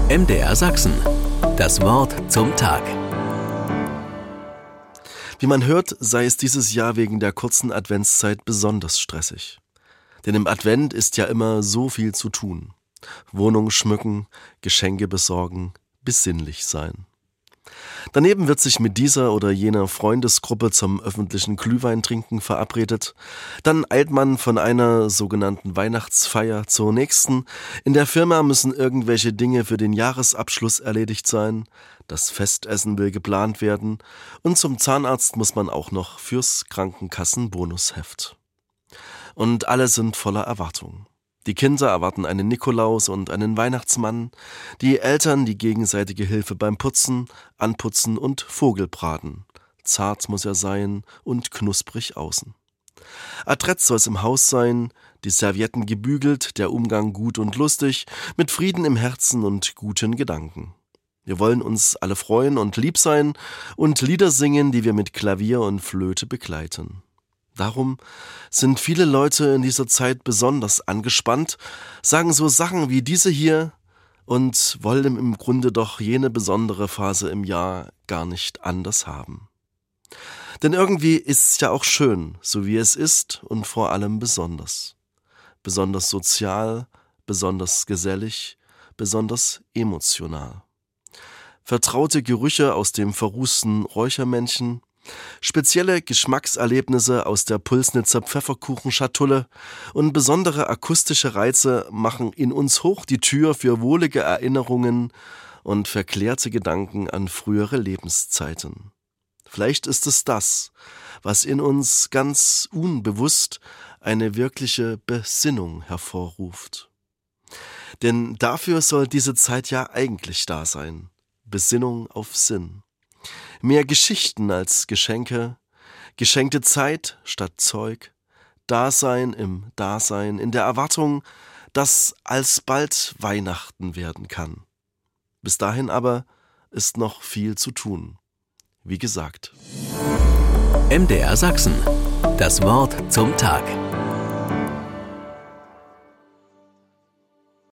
MDR Sachsen. Das Wort zum Tag. Wie man hört, sei es dieses Jahr wegen der kurzen Adventszeit besonders stressig. Denn im Advent ist ja immer so viel zu tun. Wohnung schmücken, Geschenke besorgen, besinnlich sein. Daneben wird sich mit dieser oder jener Freundesgruppe zum öffentlichen Glühweintrinken verabredet. Dann eilt man von einer sogenannten Weihnachtsfeier zur nächsten. In der Firma müssen irgendwelche Dinge für den Jahresabschluss erledigt sein. Das Festessen will geplant werden. Und zum Zahnarzt muss man auch noch fürs Krankenkassenbonusheft. Und alle sind voller Erwartung. Die Kinder erwarten einen Nikolaus und einen Weihnachtsmann, die Eltern die gegenseitige Hilfe beim Putzen, Anputzen und Vogelbraten. Zart muss er sein und knusprig außen. Adrett soll es im Haus sein, die Servietten gebügelt, der Umgang gut und lustig, mit Frieden im Herzen und guten Gedanken. Wir wollen uns alle freuen und lieb sein und Lieder singen, die wir mit Klavier und Flöte begleiten. Darum sind viele Leute in dieser Zeit besonders angespannt, sagen so Sachen wie diese hier und wollen im Grunde doch jene besondere Phase im Jahr gar nicht anders haben. Denn irgendwie ist es ja auch schön, so wie es ist und vor allem besonders. Besonders sozial, besonders gesellig, besonders emotional. Vertraute Gerüche aus dem verrußten Räuchermännchen, spezielle Geschmackserlebnisse aus der Pulsnitzer Pfefferkuchenschatulle und besondere akustische Reize machen in uns hoch die Tür für wohlige Erinnerungen und verklärte Gedanken an frühere Lebenszeiten. Vielleicht ist es das, was in uns ganz unbewusst eine wirkliche Besinnung hervorruft. Denn dafür soll diese Zeit ja eigentlich da sein. Besinnung auf Sinn. Mehr Geschichten als Geschenke, geschenkte Zeit statt Zeug, Dasein im Dasein, in der Erwartung, dass alsbald Weihnachten werden kann. Bis dahin aber ist noch viel zu tun. Wie gesagt. MDR Sachsen. Das Wort zum Tag.